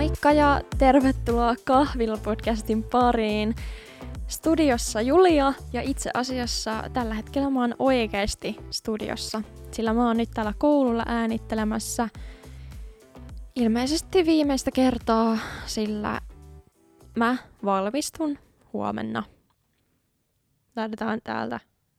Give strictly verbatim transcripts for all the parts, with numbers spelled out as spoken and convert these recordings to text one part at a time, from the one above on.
Moikka ja tervetuloa Kahvila-podcastin pariin. Studiossa Julia ja itse asiassa tällä hetkellä mä oon oikeasti studiossa, sillä mä oon nyt täällä koululla äänittelemässä ilmeisesti viimeistä kertaa, sillä mä valmistun huomenna. Lähdetään täältä.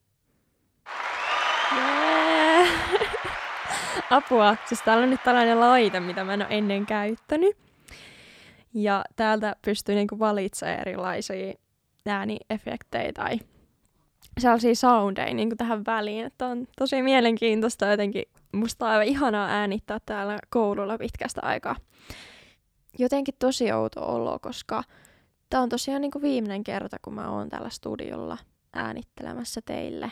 Yeah. Apua, siis täällä on nyt tällainen laite, mitä mä en ole ennen käyttänyt. Ja täältä pystyy niinku valitsemaan erilaisia ääniefektejä tai sellaisia soundeja niinku tähän väliin. Että on tosi mielenkiintoista jotenkin. Musta on aivan ihanaa äänittää täällä koululla pitkästä aikaa. Jotenkin tosi outo olo, koska tää on tosiaan niinku viimeinen kerta, kun mä oon täällä studiolla äänittelemässä teille.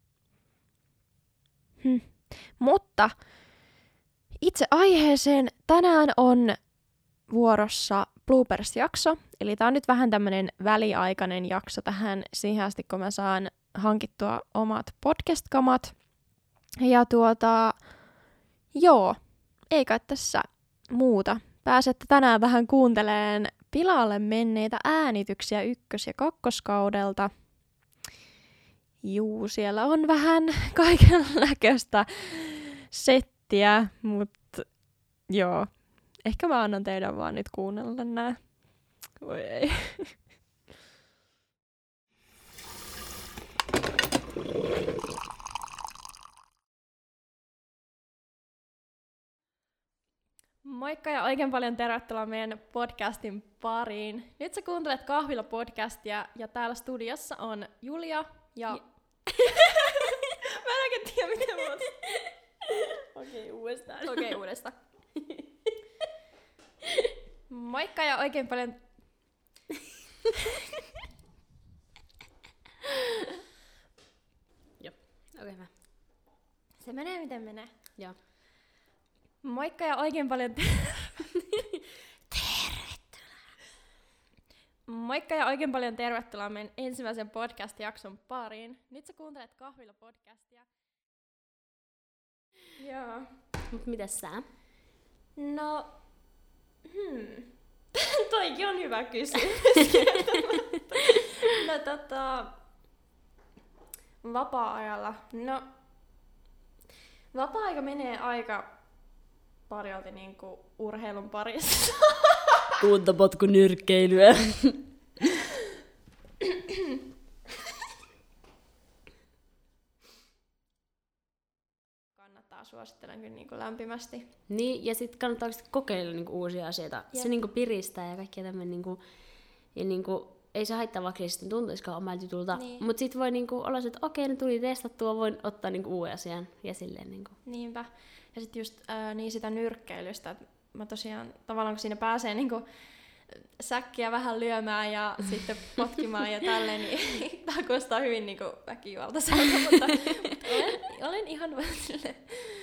Hm. Mutta itse aiheeseen tänään on vuorossa bloopers-jakso. Eli tää on nyt vähän tämmönen väliaikainen jakso tähän siihen asti, kun mä saan hankittua omat podcast-kamat. Ja tuota, joo, ei kai tässä muuta. Pääsette tänään vähän kuunteleen pilalle menneitä äänityksiä ykkös- ja kakkoskaudelta. Juu, siellä on vähän kaiken näköistä settiä, mutta joo. Ehkä mä annan teidän vaan nyt kuunnella nää. Voi ei. Moikka ja oikein paljon tervetuloa meidän podcastin pariin. Nyt sä kuuntelet Kahvila-podcastia ja täällä studiossa on Julia ja... Mä en oikein tiedä miten mä oon. Okei, okay, uudestaan. Okei, okay, uudestaan. Moikka ja oikein paljon... Joo, okei hyvä. Se menee miten menee. Joo. Moikka ja oikein paljon... Tervetuloa. Moikka ja oikein paljon tervetuloa meidän ensimmäisen podcast-jakson pariin. Nyt sä kuuntelet Kahvila-podcastia. Joo. Mut mitäs sä? No... Hmm. Toikin on hyvä kysymys. No tota... Vapaa-ajalla. No... Vapaa-aika menee aika paljolti niinku urheilun parissa. Kuntapotkun-nyrkkeilyä. Kannattaa, suosittelen kyllä niinku lämpimästi. Niin, ja sit kannattaa oikeesti kokeilla niinku uusia asioita. Jep. Se niinku piristää ja kaikkea tämmönen niinku... Ja niinku... Ei se haittaa, vaikka ei sitten tuntuisikaan omalta jutulta. Niin. Mut sit voi niinku olla se, että okei, ne tuli testattua, voin ottaa niinku uuden asian. Ja silleen niinku... Niinpä. Ja sit just ää, niin sitä nyrkkeilystä, että mä tosiaan tavallaan kun siinä pääsee niinku säkkiä vähän lyömään ja sitten potkimaan ja tälleen, niin tää kuulostaa hyvin niinku väkivaltaiselta, mutta, mutta olen, olen ihan vaan silleen.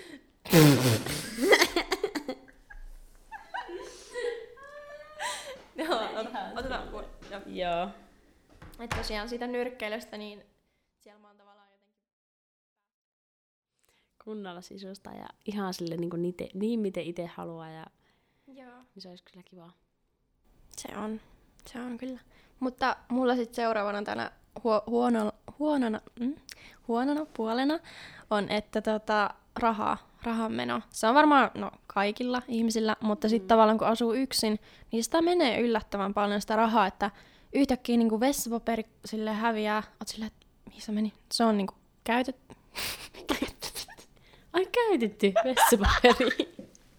Joo, ot- otetaan uuden. Joo. Joo. Et tosiaan siitä nyrkkeilystä, niin siellä mä oon tavallaan jotenkin... Kunnolla sisusta ja ihan sille niinku niite, niin miten itse haluaa ja Joo. niin se olisi kyllä kivaa. Se on, se on kyllä. Mutta mulla sitten seuraavana tänä huo, huono, huonona, mm, huonona puolena on, että tota, rahaa, rahanmeno. Se on varmaan no, kaikilla ihmisillä, mutta sitten mm. tavallaan kun asuu yksin, niin sitä menee yllättävän paljon sitä rahaa, että yhtäkkiä niinku vessapaperi sille häviää. Oot silleen, että mihin se meni? Se on niinku käytetty. Ai käytetty vessapaperi.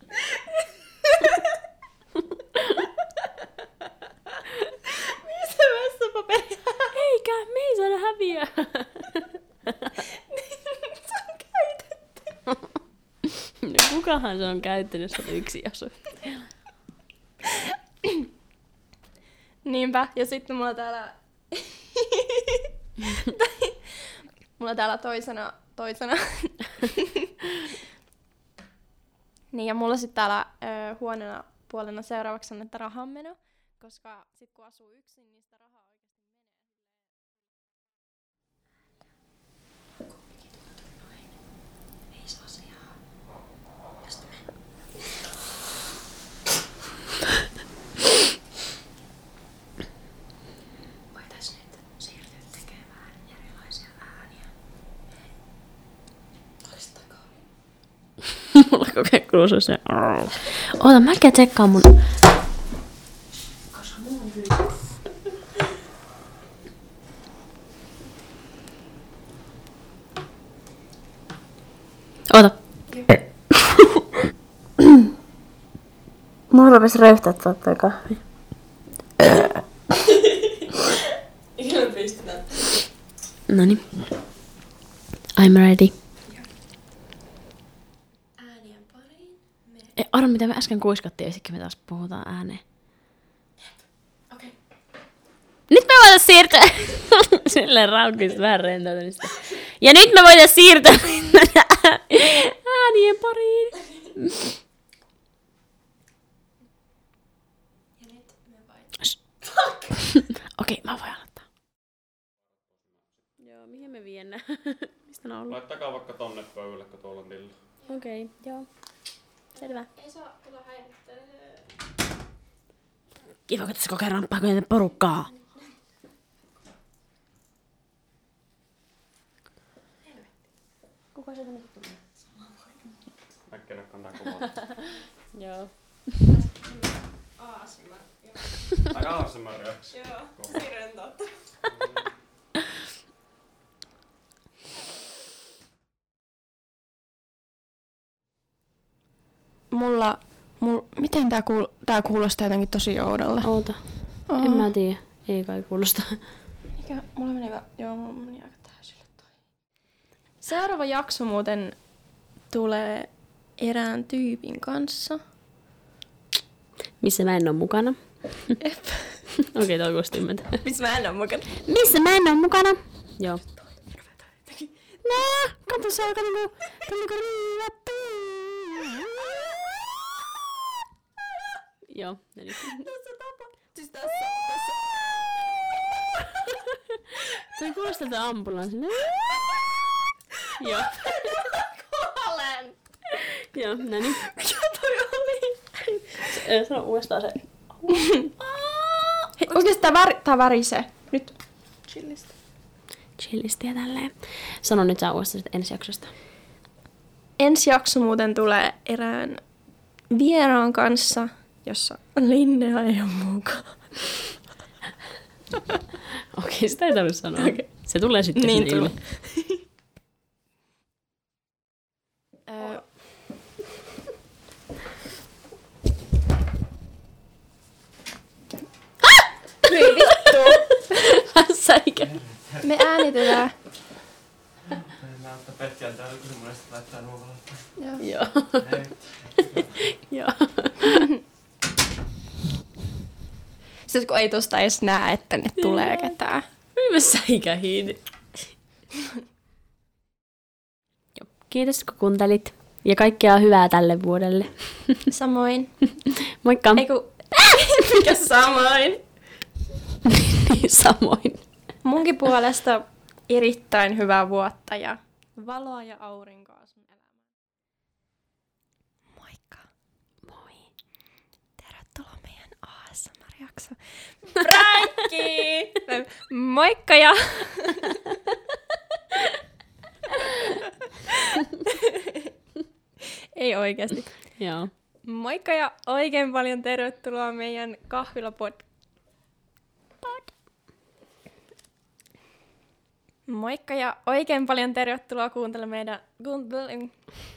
Missä vessapaperi? Eikä, me ei saada häviää. Se on käytetty. No kukahan se on käyttänyt, jos on yksi asu. Niinpä, ja sitten mulla täällä... mulla täällä toisena... toisena. Niin, ja mulla sitten täällä ö, huonona puolena seuraavaksi on, että rahanmeno. Koska sit kun asuu yksin, niin sitä rahaa oikeasti menee. Ei se asiaa. Josta me... Mulla koko ajan kuuluu se. Oota, mä käyn tsekkaan mun... Koska mulla on kyllä... Oota. Mulla rupes röyhtää tuottaa kahvi. Kyllä pistetään. Noniin. I'm ready. Äänien pariin. Me... Ei, arvo, mitä me äsken kuiskattiin ja sitten me taas puhutaan ääneen. Okei. Okay. Nyt me voidaan siirtyä. Silleen raukista vähän rentoutumista. Ja nyt me voidaan siirtyä äänien pariin. Ja nyt me voidaan... Okei, mä voin aloittaa. Joo, mihin me viennään? Mistä on ollut? Laittakaa vaikka tonne pöydälle, kun tuolla on tillo. Okei, okay, joo. Selvä. Ei saa tulla häirittää. Kiva, kun tässä koko ajan ramppaa kuin porukkaa. Kuka se tänne tulee? Äkkiä kantaa kuvaa. Joo. A S M R. Ai A S M R-jaksi. Joo, hirveän totta. Mulla, mulla, miten tää, kuul, tää kuulostaa jotenkin tosi oudolle? Oota. Oh. En mä tiedä. Ei kai kuulosta. Mikä, mulla meni, joo, mulla meni aika täysille toi. Seuraava jakso muuten tulee erään tyypin kanssa. Missä mä en oo mukana. Jep. Okei, okay, toi kuulosti ymmärtää. Missä mä en oo mukana. Missä mä en oo mukana? Joo. Nää, kato se alkaa niinku, niinku riivattu. Joo, eli. Tässä tapa. Siis tässä, tässä. Toi kuulostaa tää ambulanssi. Joo. Kuolen. Joo, näin. Mikä toi oli? Sano uudestaan se. Hei, oikeesti tää, väri, tää värisee. Nyt. Chillistä. Chillisti ja tälleen. Sano nyt sä uudestaan sit ensi jaksosta. Ensi jakso muuten tulee erään vieraan kanssa, jossa Linnea ei ole mukaan. Okei, sitä ei tarvitse sanoa. Okay. Se tulee sitten Niin sinne tulee. ilmi. Öö. Hyi vittu! Säikä. Me äänitetään. Mä ottaa Petjan täällä, kun se monesti laittaa nuolla. Joo. Joo. Joo. Sitten kun ei tosta edes näe, että ne tulee ketään. Hyvin mä säikähin. Kiitos kun kuuntelit. Ja kaikkea hyvää tälle vuodelle. Samoin. Moikka. Eiku... Mikä samoin? Niin, samoin. Munkin puolesta erittäin hyvää vuotta ja valoa ja aurinkoa sun elämään. Moikka. Moi. Tervetuloa meidän A S M R-jaksoon. Prankki! Moikka ja... Ei oikeesti. Joo. Moikka ja oikein paljon tervetuloa meidän kahvilapod... Pod. Moikka ja oikein paljon tervetuloa kuuntelemaan meidän... Kuuntele...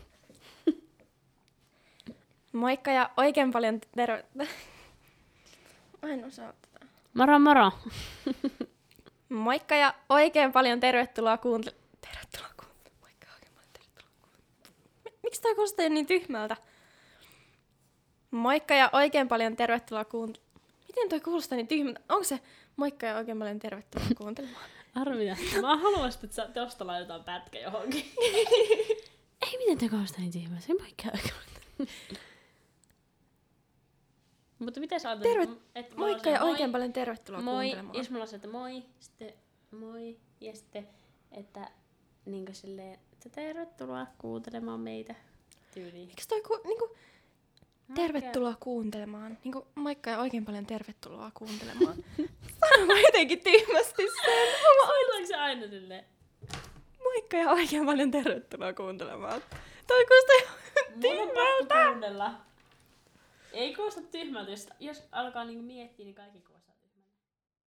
Moikka ja oikein paljon terve... Mä en osaa tätä. Moro moro. Moikka ja oikein paljon tervetuloa kuuntele... Tervetuloa kuuntele... Moikka ja oikein paljon tervetuloa kuuntele... Miksi tää kuulostaa niin tyhmältä? Moikka ja oikein paljon tervetuloa kuuntele... Miten toi kuulostaa niin tyhmältä? Onko se moikka ja oikein paljon tervetuloa kuuntelemaan? Arvia. Mä haluan, että sä tosta laitetaan pätkä johonkin. Ei, miten te kuulostaa niin tyhmää? Se moikka ja oikein paljon. Mutta miten sä ajattelet, Terve... että Moikka ja moi, oikein paljon tervetuloa moi, kuuntelemaan. jos mulla on se, että moi, sitten moi, ja sitten, että niinkö silleen, että tervetuloa kuuntelemaan meitä tyyliin. Miksi toi ku, niinku, tervetuloa kuuntelemaan? Niinku, moikka ja oikein paljon tervetuloa kuuntelemaan. Sano mä jotenkin tyhmästi sen. Mä Sanotaanko se aina silleen? moikka ja oikein paljon tervetuloa kuuntelemaan. Toi kuulostaa tyhmältä! Kuunnella. Ei kuulosta tyhmältä, jos, jos alkaa niinku miettiä, niin kaikki kuulostaa tyhmältä.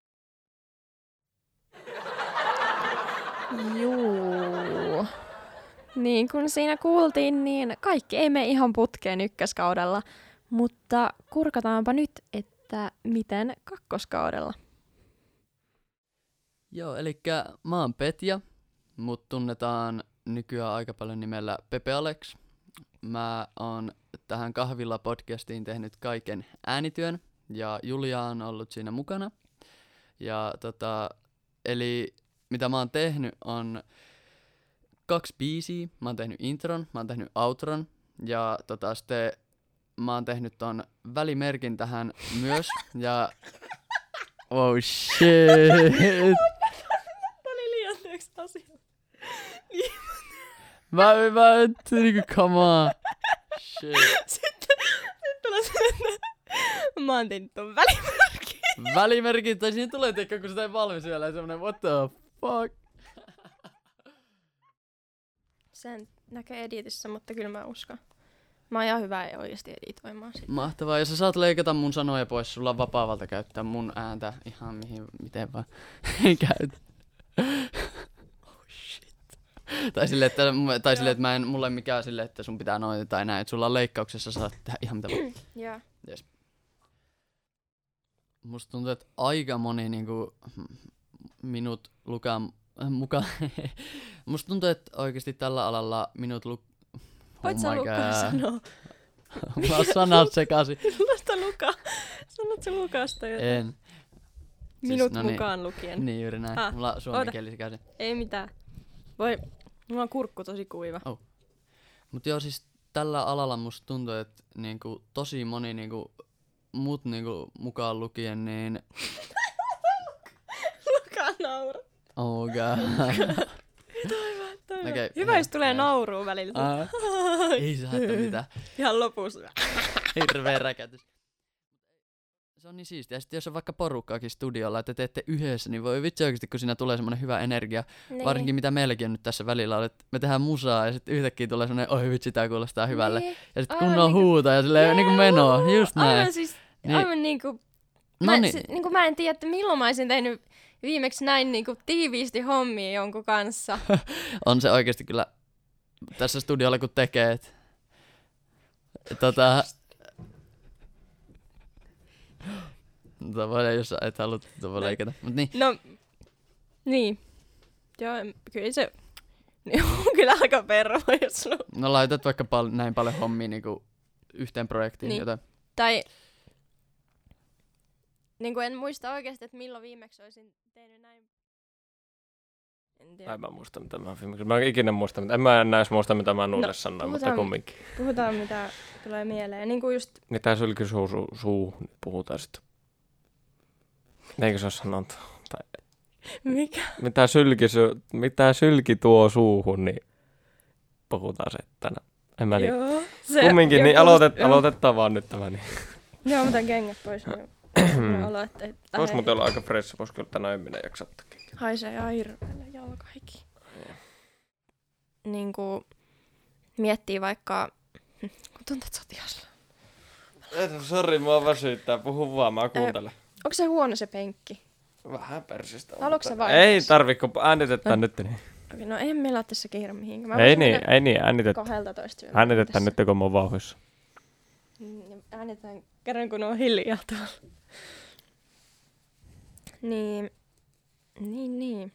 Juu. Niin kuin siinä kuultiin, niin kaikki ei mene ihan putkeen ykköskaudella, mutta kurkataanpa nyt, että miten kakkoskaudella. Joo, eli mä oon Petja, mut tunnetaan nykyään aika paljon nimellä Pepe Alex. Mä oon tähän Kahvilla-podcastiin tehnyt kaiken äänityön, ja Julia on ollut siinä mukana. Ja tota, eli mitä mä oon tehnyt on kaksi biisiä. Mä oon tehnyt intron, mä oon tehnyt outron, ja tota sitten mä oon tehnyt ton välimerkin tähän myös, ja oh shit. Tää oli liian työksi asia. Mä, mä, niinku, come on. Shit. Sitten, sitten tulee se, että mä oon tehnyt ton välimerkin. Välimerkin, tai siinä tulee teikö, kun sitä ei valmis vielä, semmonen what the fuck. Sen näkee editissä, mutta kyllä mä uskon. Mä oon ihan hyvä oikeesti editoimaan sitä. Mahtavaa, ja sä saat leikata mun sanoja pois, sulla on vapaa-valta käyttää mun ääntä ihan mihin, miten vaan käyt. Oh shit. Tai silleen, että, tai silleen, että mä en, mulla ei mikään silleen, että sun pitää noin tai näin, että sulla on leikkauksessa, saat tehdä ihan mitä vaan. Joo. Yes. Musta tuntuu, että aika moni niinku minut lukaa äh, mukaan. Musta tuntuu, että oikeesti tällä alalla minut luk... Voit sä Lukaa sanoa? Mä oon sanat sekaisin. Lasta Luka. Sanot sä Lukasta jotain? En. Minut siis, no mukaan niin, lukien. Niin juuri näin. Ah, Mulla on suomen kieli sekaisin. Ei mitään. Voi, mulla on kurkku tosi kuiva. Oh. Mut joo, siis tällä alalla musta tuntuu, että niinku, tosi moni niinku, mut niinku, mukaan lukien, niin... Luka naura. Oh god. Toiva, toiva. Okay, hyvä, jos tulee yes. nauruu välillä. Ah. Ei saa haittaa mitään. Ihan lopussa. Hirveä räkätys. Se on niin siistiä. Sitten jos on vaikka porukkaakin studiolla, että teette yhdessä, niin voi vitsi oikeesti, kun siinä tulee semmonen hyvä energia. Niin. Varsinkin mitä meilläkin on nyt tässä välillä, että me tehdään musaa ja sitten yhtäkkiä tulee semmonen, oi vitsi, tää kuulostaa hyvälle. Niin. Ja sitten kunnon niinku... huuta ja silleen yeah. niinku menoa, just näin. Aivan siis, niin. aivan niinku, no mä, niin. se, niinku mä en tiedä, että milloin mä olisin tehnyt viimeksi näin niinku tiiviisti hommia jonkun kanssa. On se oikeesti kyllä tässä studiolla kun tekee, että tota... Tota voi, jos et halua, tota voi leikata. Mut niin. No, niin. Joo, kyllä se niin on kyllä aika pervo, jos sulla... No laitat vaikka pal- näin paljon hommia niinku yhteen projektiin, niin. joten... Tai... Niinku en muista oikeesti, että milloin viimeksi olisin tehnyt näin. En tiedä. En mä muista, mitä mä viimeksi. Mä en ikinä muista, mitä. En mä enää edes muista, mitä mä Nulle no, sanoin, mutta kumminkin. Puhutaan, mitä tulee mieleen. Niinku just... Mitä sylki suu, suu, suu, puhutaan sitten. Eikö se ole sanonta? Tai... Mikä? Mitä sylki, mitä sylki tuo suuhun, niin puhutaan se tänään. En mä tiedä. Joo. Se, kumminkin, joku, niin aloitet, aloitetaan vaan nyt tämä. Niin. Joo, mä otan kengät pois. Niin Vois muuten olla aika fresh, vois kyllä tänään en minä jaksa takia. Haisee ihan hirveelle jalkaikin. Niinku miettii vaikka... Tuntuu, että sä oot ihan... Sori, mua väsyttää. Puhu vaan, mä kuuntelen. Äh, onko se huono se penkki? Vähän persistä. Haluatko sä vaihtaa? Ei tarvi, kun äänitetään no. nyt. Niin. Okei, no ei meillä ole tässä kiire mihinkään. Ei niin, ei niin, äänitetään. kahdeltatoista Äänitetään nyt, kun mä oon vauhissa. Äänitetään kerran, kun on hiljaa tuolla. Niin, niin, niin.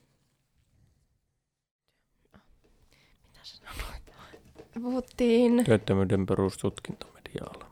Mitä sä sanoit? Puhuttiin... Työttömyyden perustutkinto medialla.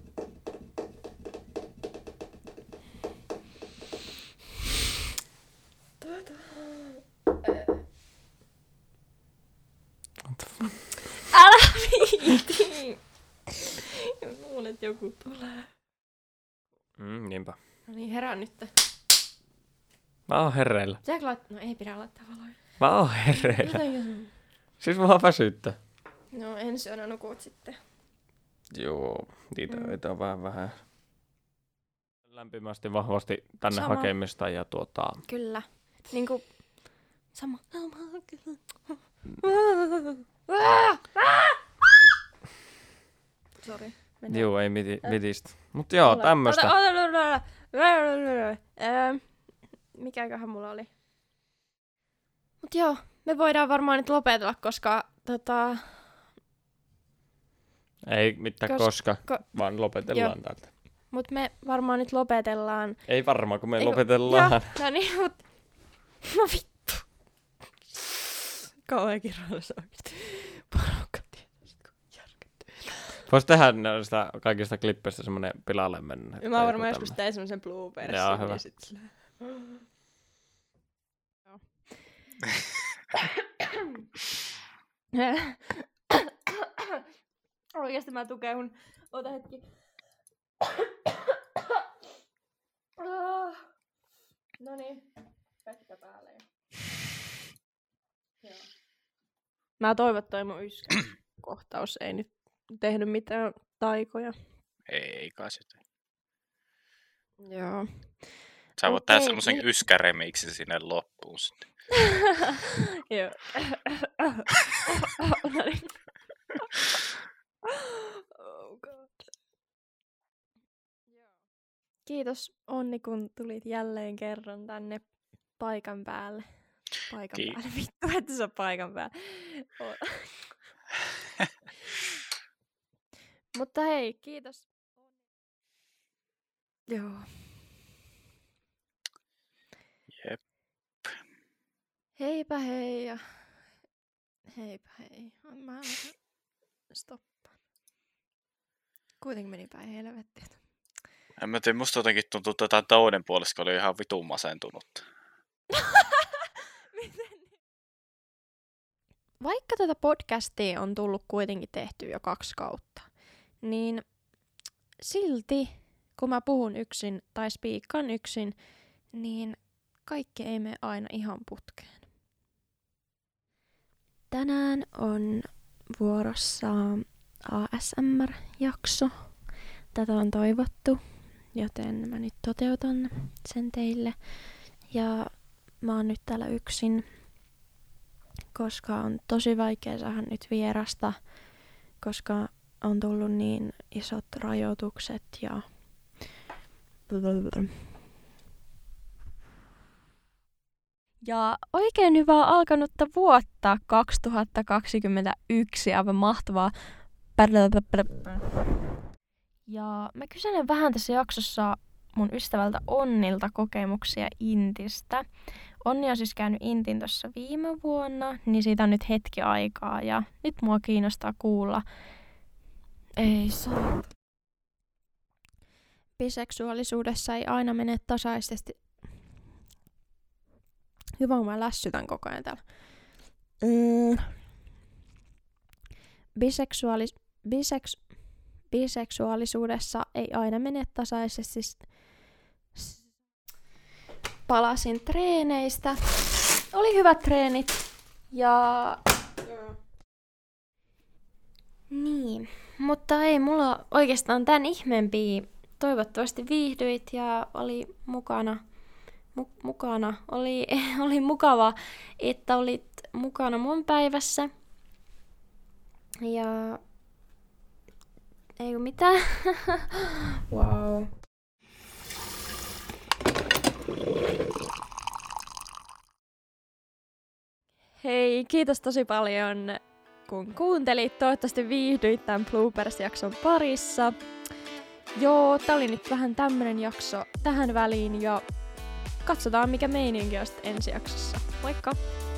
Älä viiti! Luulen, että joku tulee. Mm, niinpä. No niin, herää nyt. Mä oon herreillä. Pitääkö laittaa? No ei pidä laittaa valoja. Mä oon herreillä. Siis mä oon väsyttä. No ensi yönä nukut sitten. Joo, niitä Mm. mm. on vähän vähän. Lämpimästi vahvasti tänne Sama. hakemista ja tuota... Kyllä. Niinku... Sama. Sama. sori. Mene. Joo, ei miti, mitistä. Mut joo, tämmöstä. Ota, ota, ota, ota. Öö, mikäköhän mulla oli? Mut joo, me voidaan varmaan nyt lopetella, koska tota... Ei mitään Kos- koska, ko- vaan lopetellaan joo. täältä. Mut me varmaan nyt lopetellaan. Ei varmaan, kun me Eiku, lopetellaan. Joo, no niin, mut... No vittu. Kauhean kirjallisuus oikeesti. Porukka tietysti, kun järkyttyy. Vois tehdä näistä kaikista klippeistä semmonen pilalle mennä. Ja mä varmaan joskus tein semmosen bloopersin. Joo, hyvä. Ja sit silleen... Oikeesti mä tukehun. Ota hetki. Noniin. Pätkä päälle. Joo. Mä toivon, että toi mun yskä kohtaus ei nyt tehnyt mitään taikoja. Ei kai sitä. Joo. Sä voit tehdä Okei, semmosen niin- yskäremiksi sinne loppuun sitten. Joo. Noniin. Oh god. Kiitos Onni, kun tulit jälleen kerran tänne paikan päälle. Paikan Ki- päälle, vittu, että se on paikan päällä. O- Mutta hei, kiitos. Joo. Jep. Heipä hei ja heipä hei. Mä en stoppaan. Kuitenkin meni päin helvettiin. En mä tiedä, musta jotenkin tuntuu, että tämän toinen puolesta oli ihan vitun masentunut. Vaikka tätä podcastia on tullut kuitenkin tehty jo kaksi kautta, niin silti, kun mä puhun yksin tai spiikkaan yksin, niin kaikki ei mene aina ihan putkeen. Tänään on vuorossa A S M R-jakso. Tätä on toivottu, joten mä nyt toteutan sen teille. Ja mä oon nyt täällä yksin, koska on tosi vaikea saada nyt vierasta, koska on tullut niin isot rajoitukset ja ja oikein hyvää alkanutta vuotta kaksituhattakaksikymmentäyksi, aivan mahtavaa. Ja mä kyselen vähän tässä jaksossa mun ystävältä Onnilta kokemuksia Intistä. Onni on siis käynyt Intin tuossa viime vuonna, niin siitä on nyt hetki aikaa ja nyt mua kiinnostaa kuulla. Ei saa. Biseksuaalisuudessa ei aina mene tasaisesti. Hyvä, kun mä lässytän koko ajan täällä. Mm. Biseksuaalis... Biseks... Biseksuaalisuudessa ei aina mene tasaisesti. Palasin treeneistä. Oli hyvät treenit. Ja... Niin. Mutta ei mulla oikeastaan tän ihmeempiä. Toivottavasti viihdyit ja oli mukana. Mu- mukana. Oli, oli mukava, että olit mukana mun päivässä. Ja... Ei oo mitään. Wow. Hei, kiitos tosi paljon, kun kuuntelit. Toivottavasti viihdyit tämän Bloopers-jakson parissa. Joo, tää oli nyt vähän tämmönen jakso tähän väliin ja katsotaan mikä meininki on sitten ensi jaksossa. Moikka!